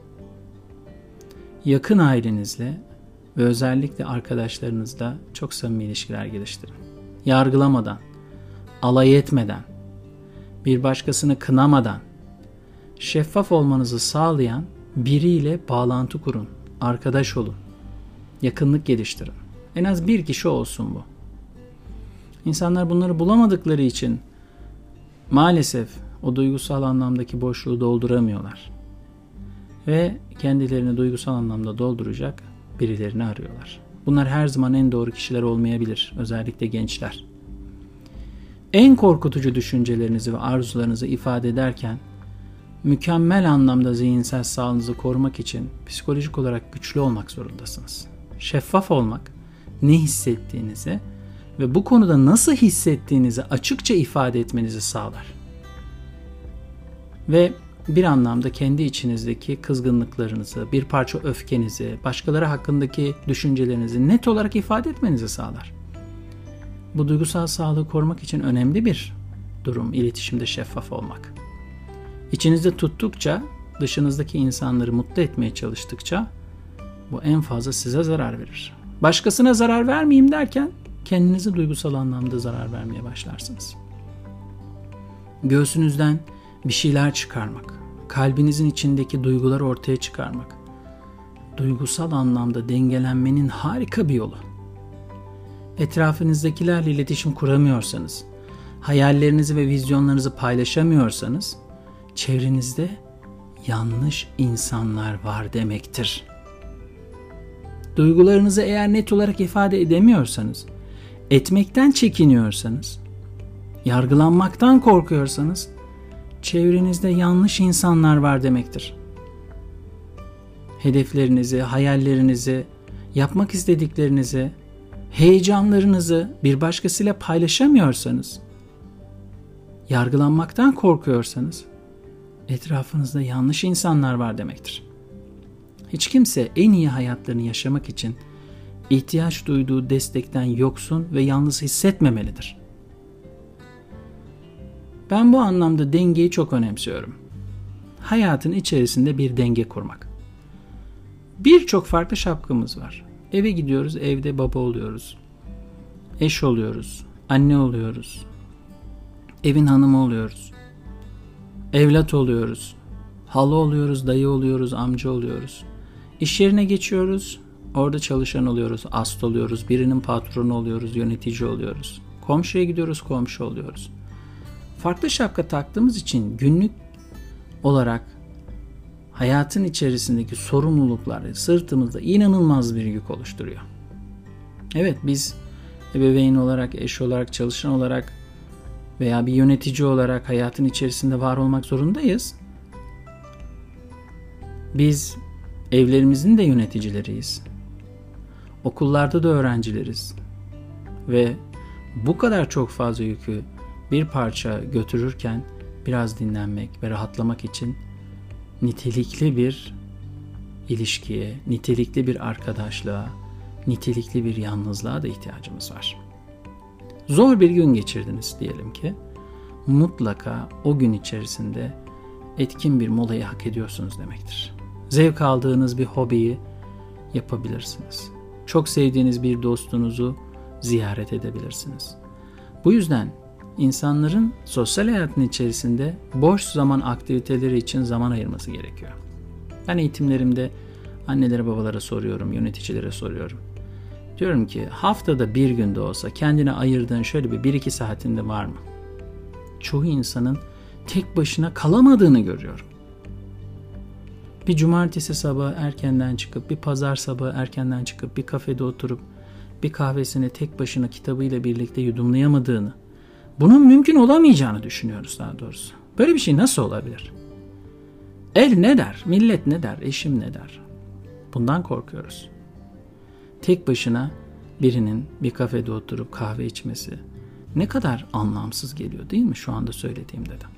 Yakın ailenizle ve özellikle arkadaşlarınızla çok samimi ilişkiler geliştirin. Yargılamadan, alay etmeden, bir başkasını kınamadan, şeffaf olmanızı sağlayan biriyle bağlantı kurun, arkadaş olun, yakınlık geliştirin. En az bir kişi olsun bu. İnsanlar bunları bulamadıkları için maalesef o duygusal anlamdaki boşluğu dolduramıyorlar. Ve kendilerini duygusal anlamda dolduracak birilerini arıyorlar. Bunlar her zaman en doğru kişiler olmayabilir, özellikle gençler. En korkutucu düşüncelerinizi ve arzularınızı ifade ederken, mükemmel anlamda zihinsel sağlığınızı korumak için psikolojik olarak güçlü olmak zorundasınız. Şeffaf olmak, ne hissettiğinizi ve bu konuda nasıl hissettiğinizi açıkça ifade etmenizi sağlar. Ve bir anlamda kendi içinizdeki kızgınlıklarınızı, bir parça öfkenizi, başkaları hakkındaki düşüncelerinizi net olarak ifade etmenizi sağlar. Bu duygusal sağlığı korumak için önemli bir durum, iletişimde şeffaf olmak. İçinizde tuttukça, dışınızdaki insanları mutlu etmeye çalıştıkça bu en fazla size zarar verir. Başkasına zarar vermeyeyim derken kendinize duygusal anlamda zarar vermeye başlarsınız. Göğsünüzden bir şeyler çıkarmak, kalbinizin içindeki duyguları ortaya çıkarmak, duygusal anlamda dengelenmenin harika bir yolu. Etrafınızdakilerle iletişim kuramıyorsanız, hayallerinizi ve vizyonlarınızı paylaşamıyorsanız, çevrenizde yanlış insanlar var demektir. Duygularınızı eğer net olarak ifade edemiyorsanız, etmekten çekiniyorsanız, yargılanmaktan korkuyorsanız, çevrenizde yanlış insanlar var demektir. Hedeflerinizi, hayallerinizi, yapmak istediklerinizi, heyecanlarınızı bir başkasıyla paylaşamıyorsanız, yargılanmaktan korkuyorsanız, etrafınızda yanlış insanlar var demektir. Hiç kimse en iyi hayatlarını yaşamak için ihtiyaç duyduğu destekten yoksun ve yalnız hissetmemelidir. Ben bu anlamda dengeyi çok önemsiyorum. Hayatın içerisinde bir denge kurmak. Birçok farklı şapkamız var. Eve gidiyoruz, evde baba oluyoruz. Eş oluyoruz, anne oluyoruz. Evin hanımı oluyoruz. Evlat oluyoruz. Hala oluyoruz, dayı oluyoruz, amca oluyoruz. İş yerine geçiyoruz, orada çalışan oluyoruz, ast oluyoruz, birinin patronu oluyoruz, yönetici oluyoruz. Komşuya gidiyoruz, komşu oluyoruz. Farklı şapka taktığımız için günlük olarak hayatın içerisindeki sorumluluklar sırtımızda inanılmaz bir yük oluşturuyor. Evet, biz ebeveyn olarak, eş olarak, çalışan olarak veya bir yönetici olarak hayatın içerisinde var olmak zorundayız. Biz evlerimizin de yöneticileriyiz. Okullarda da öğrencileriz. Ve bu kadar çok fazla yükü bir parça götürürken biraz dinlenmek ve rahatlamak için nitelikli bir ilişkiye, nitelikli bir arkadaşlığa, nitelikli bir yalnızlığa da ihtiyacımız var. Zor bir gün geçirdiniz diyelim ki, mutlaka o gün içerisinde etkin bir molayı hak ediyorsunuz demektir. Zevk aldığınız bir hobiyi yapabilirsiniz. Çok sevdiğiniz bir dostunuzu ziyaret edebilirsiniz. Bu yüzden insanların sosyal hayatın içerisinde boş zaman aktiviteleri için zaman ayırması gerekiyor. Ben eğitimlerimde annelere babalara soruyorum, yöneticilere soruyorum. Diyorum ki haftada bir günde olsa kendine ayırdığın şöyle bir bir iki saatinde var mı? Çoğu insanın tek başına kalamadığını görüyorum. Bir cumartesi sabahı erkenden çıkıp, bir pazar sabahı erkenden çıkıp, bir kafede oturup, bir kahvesini tek başına kitabıyla birlikte yudumlayamadığını, bunun mümkün olamayacağını düşünüyoruz daha doğrusu. Böyle bir şey nasıl olabilir? El ne der, millet ne der, eşim ne der? Bundan korkuyoruz. Tek başına birinin bir kafede oturup kahve içmesi ne kadar anlamsız geliyor değil mi şu anda söylediğimde de?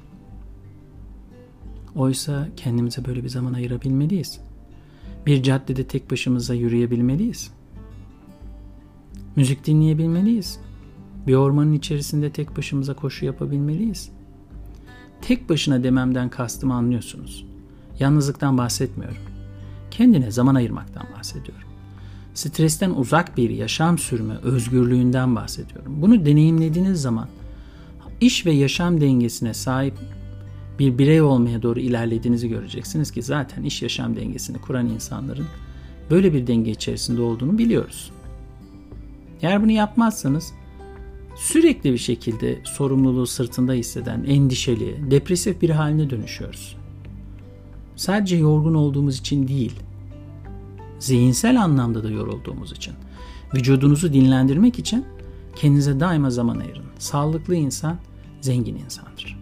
Oysa kendimize böyle bir zaman ayırabilmeliyiz. Bir caddede tek başımıza yürüyebilmeliyiz. Müzik dinleyebilmeliyiz. Bir ormanın içerisinde tek başımıza koşu yapabilmeliyiz. Tek başına dememden kastımı anlıyorsunuz. Yalnızlıktan bahsetmiyorum. Kendine zaman ayırmaktan bahsediyorum. Stresten uzak bir yaşam sürme özgürlüğünden bahsediyorum. Bunu deneyimlediğiniz zaman iş ve yaşam dengesine sahip bir birey olmaya doğru ilerlediğinizi göreceksiniz ki zaten iş yaşam dengesini kuran insanların böyle bir denge içerisinde olduğunu biliyoruz. Eğer bunu yapmazsanız sürekli bir şekilde sorumluluğu sırtında hisseden, endişeli, depresif bir haline dönüşüyoruz. Sadece yorgun olduğumuz için değil, zihinsel anlamda da yorulduğumuz için. Vücudunuzu dinlendirmek için kendinize daima zaman ayırın. Sağlıklı insan zengin insandır.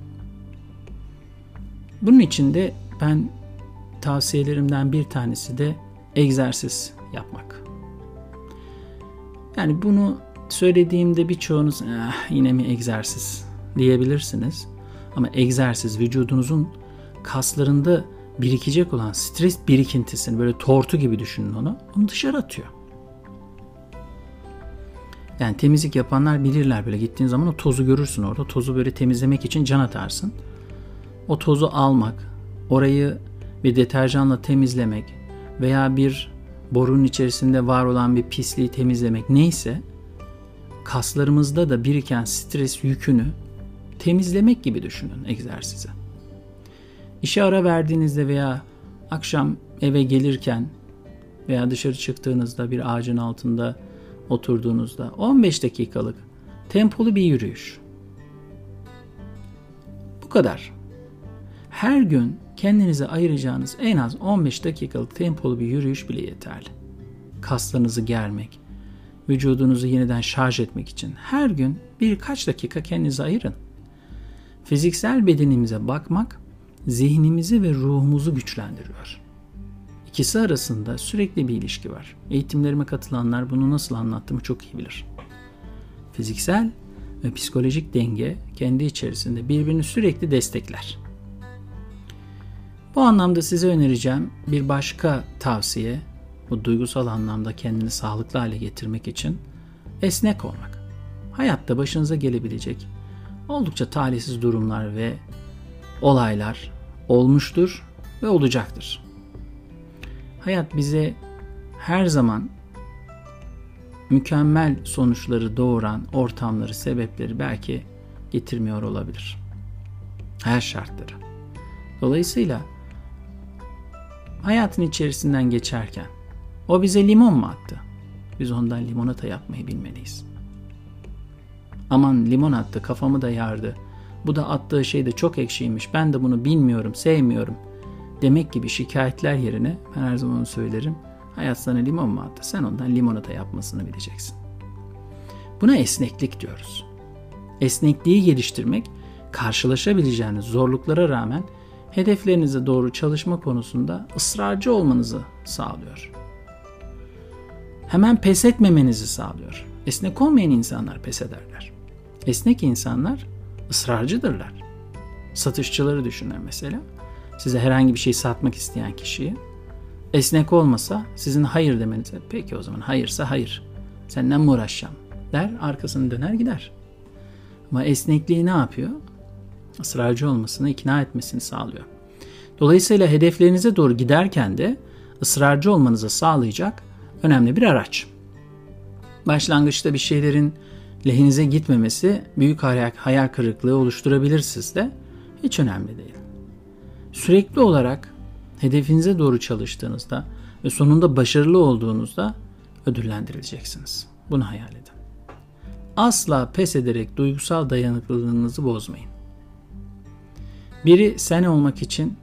Bunun için de ben tavsiyelerimden bir tanesi de egzersiz yapmak. Yani bunu söylediğimde birçoğunuz eh, yine mi egzersiz diyebilirsiniz. Ama egzersiz vücudunuzun kaslarında birikecek olan stres birikintisini, böyle tortu gibi düşünün onu, onu dışarı atıyor. Yani temizlik yapanlar bilirler, böyle gittiğin zaman o tozu görürsün orada. Tozu böyle temizlemek için can atarsın. O tozu almak, orayı bir deterjanla temizlemek veya bir borunun içerisinde var olan bir pisliği temizlemek neyse, kaslarımızda da biriken stres yükünü temizlemek gibi düşünün egzersizi. İşe ara verdiğinizde veya akşam eve gelirken veya dışarı çıktığınızda bir ağacın altında oturduğunuzda on beş dakikalık tempolu bir yürüyüş. Bu kadar. Her gün kendinize ayıracağınız en az on beş dakikalık tempolu bir yürüyüş bile yeterli. Kaslarınızı germek, vücudunuzu yeniden şarj etmek için her gün birkaç dakika kendinize ayırın. Fiziksel bedenimize bakmak, zihnimizi ve ruhumuzu güçlendiriyor. İkisi arasında sürekli bir ilişki var. Eğitimlerime katılanlar bunu nasıl anlattığımı çok iyi bilir. Fiziksel ve psikolojik denge kendi içerisinde birbirini sürekli destekler. Bu anlamda size önereceğim bir başka tavsiye, bu duygusal anlamda kendini sağlıklı hale getirmek için esnek olmak. Hayatta başınıza gelebilecek oldukça talihsiz durumlar ve olaylar olmuştur ve olacaktır. Hayat bize her zaman mükemmel sonuçları doğuran ortamları, sebepleri belki getirmiyor olabilir. Her şartları. Dolayısıyla hayatın içerisinden geçerken o bize limon mu attı? Biz ondan limonata yapmayı bilmeliyiz. Aman limon attı, kafamı da yardı. Bu da attığı şey de çok ekşiymiş. Ben de bunu bilmiyorum, sevmiyorum demek gibi şikayetler yerine ben her zaman onu söylerim. Hayat sana limon mu attı? Sen ondan limonata yapmasını bileceksin. Buna esneklik diyoruz. Esnekliği geliştirmek, karşılaşabileceğiniz zorluklara rağmen hedeflerinize doğru çalışma konusunda ısrarcı olmanızı sağlıyor. Hemen pes etmemenizi sağlıyor. Esnek olmayan insanlar pes ederler. Esnek insanlar ısrarcıdırlar. Satışçıları düşünün mesela. Size herhangi bir şey satmak isteyen kişiyi, esnek olmasa sizin hayır demenize, peki o zaman hayırsa hayır, senden mi uğraşacağım der, arkasını döner gider. Ama esnekliği ne yapıyor? Israrcı olmasını, ikna etmesini sağlıyor. Dolayısıyla hedeflerinize doğru giderken de ısrarcı olmanızı sağlayacak önemli bir araç. Başlangıçta bir şeylerin lehinize gitmemesi büyük hayal kırıklığı oluşturabilir sizde. Hiç önemli değil. Sürekli olarak hedefinize doğru çalıştığınızda ve sonunda başarılı olduğunuzda ödüllendirileceksiniz. Bunu hayal edin. Asla pes ederek duygusal dayanıklılığınızı bozmayın. Biri sen olmak için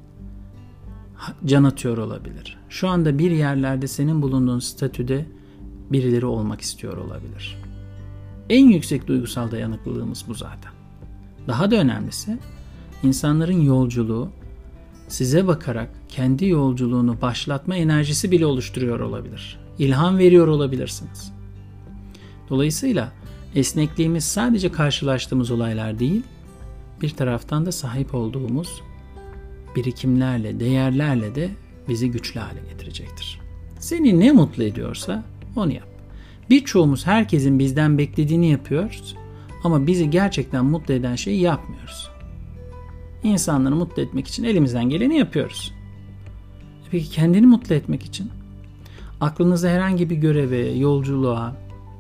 can atıyor olabilir. Şu anda bir yerlerde senin bulunduğun statüde birileri olmak istiyor olabilir. En yüksek duygusal dayanıklılığımız bu zaten. Daha da önemlisi, insanların yolculuğu size bakarak kendi yolculuğunu başlatma enerjisi bile oluşturuyor olabilir. İlham veriyor olabilirsiniz. Dolayısıyla esnekliğimiz sadece karşılaştığımız olaylar değil, bir taraftan da sahip olduğumuz birikimlerle, değerlerle de bizi güçlü hale getirecektir. Seni ne mutlu ediyorsa onu yap. Birçoğumuz herkesin bizden beklediğini yapıyoruz ama bizi gerçekten mutlu eden şeyi yapmıyoruz. İnsanları mutlu etmek için elimizden geleni yapıyoruz. Peki kendini mutlu etmek için? Aklınızda herhangi bir göreve, yolculuğa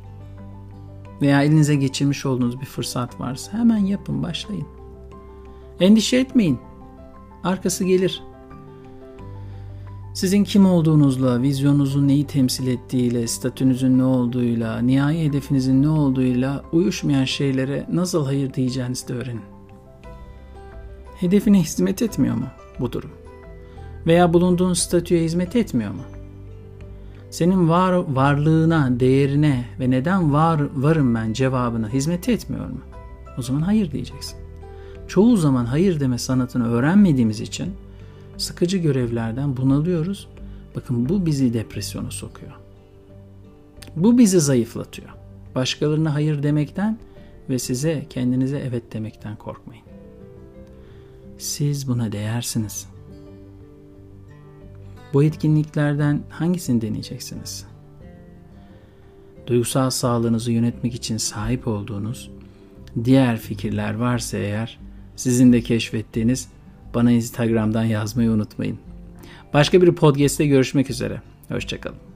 veya elinize geçirmiş olduğunuz bir fırsat varsa hemen yapın, başlayın. Endişe etmeyin. Arkası gelir. Sizin kim olduğunuzla, vizyonunuzun neyi temsil ettiğiyle, statünüzün ne olduğuyla, nihai hedefinizin ne olduğuyla uyuşmayan şeylere nasıl hayır diyeceğinizi de öğrenin. Hedefine hizmet etmiyor mu bu durum? Veya bulunduğun statüye hizmet etmiyor mu? Senin var, varlığına, değerine ve neden var varım ben cevabına hizmet etmiyor mu? O zaman hayır diyeceksin. Çoğu zaman hayır deme sanatını öğrenmediğimiz için sıkıcı görevlerden bunalıyoruz. Bakın bu bizi depresyona sokuyor. Bu bizi zayıflatıyor. Başkalarına hayır demekten ve size, kendinize evet demekten korkmayın. Siz buna değersiniz. Bu etkinliklerden hangisini deneyeceksiniz? Duygusal sağlığınızı yönetmek için sahip olduğunuz diğer fikirler varsa eğer, sizin de keşfettiğiniz, bana Instagram'dan yazmayı unutmayın. Başka bir podcast'te görüşmek üzere. Hoşça kalın.